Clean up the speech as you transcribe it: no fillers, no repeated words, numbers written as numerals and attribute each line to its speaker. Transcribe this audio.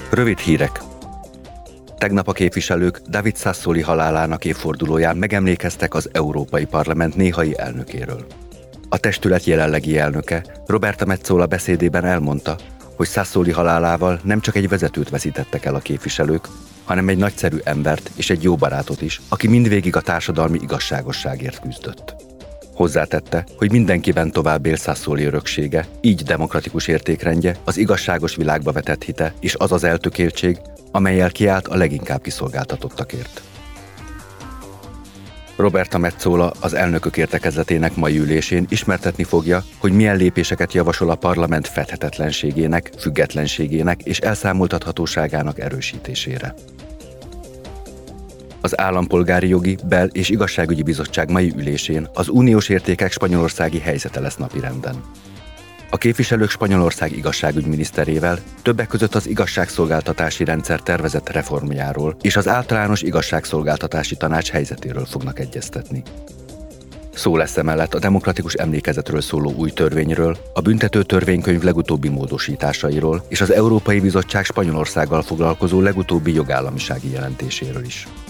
Speaker 1: Rövid hírek. Tegnap a képviselők David Sassoli halálának évfordulóján megemlékeztek az Európai Parlament néhai elnökéről. A testület jelenlegi elnöke, Roberta Metsola beszédében elmondta, hogy Sassoli halálával nem csak egy vezetőt veszítettek el a képviselők, hanem egy nagyszerű embert és egy jó barátot is, aki mindvégig a társadalmi igazságosságért küzdött. Hozzátette, hogy mindenkiben tovább él Sassoli öröksége, így demokratikus értékrendje, az igazságos világba vetett hite és az az eltökéltség, amellyel kiállt a leginkább kiszolgáltatottakért. Roberta Metsola az elnökök értekezletének mai ülésén ismertetni fogja, hogy milyen lépéseket javasol a parlament fedhetetlenségének, függetlenségének és elszámoltathatóságának erősítésére. Az Állampolgári Jogi, Bel- és Igazságügyi Bizottság mai ülésén az uniós értékek spanyolországi helyzete lesz napirenden. A képviselők Spanyolország igazságügyminiszterével többek között az igazságszolgáltatási rendszer tervezett reformjáról és az általános igazságszolgáltatási tanács helyzetéről fognak egyeztetni. Szó lesz emellett a demokratikus emlékezetről szóló új törvényről, a büntető törvénykönyv legutóbbi módosításairól és az Európai Bizottság Spanyolországgal foglalkozó legutóbbi jogállamisági jelentéséről is.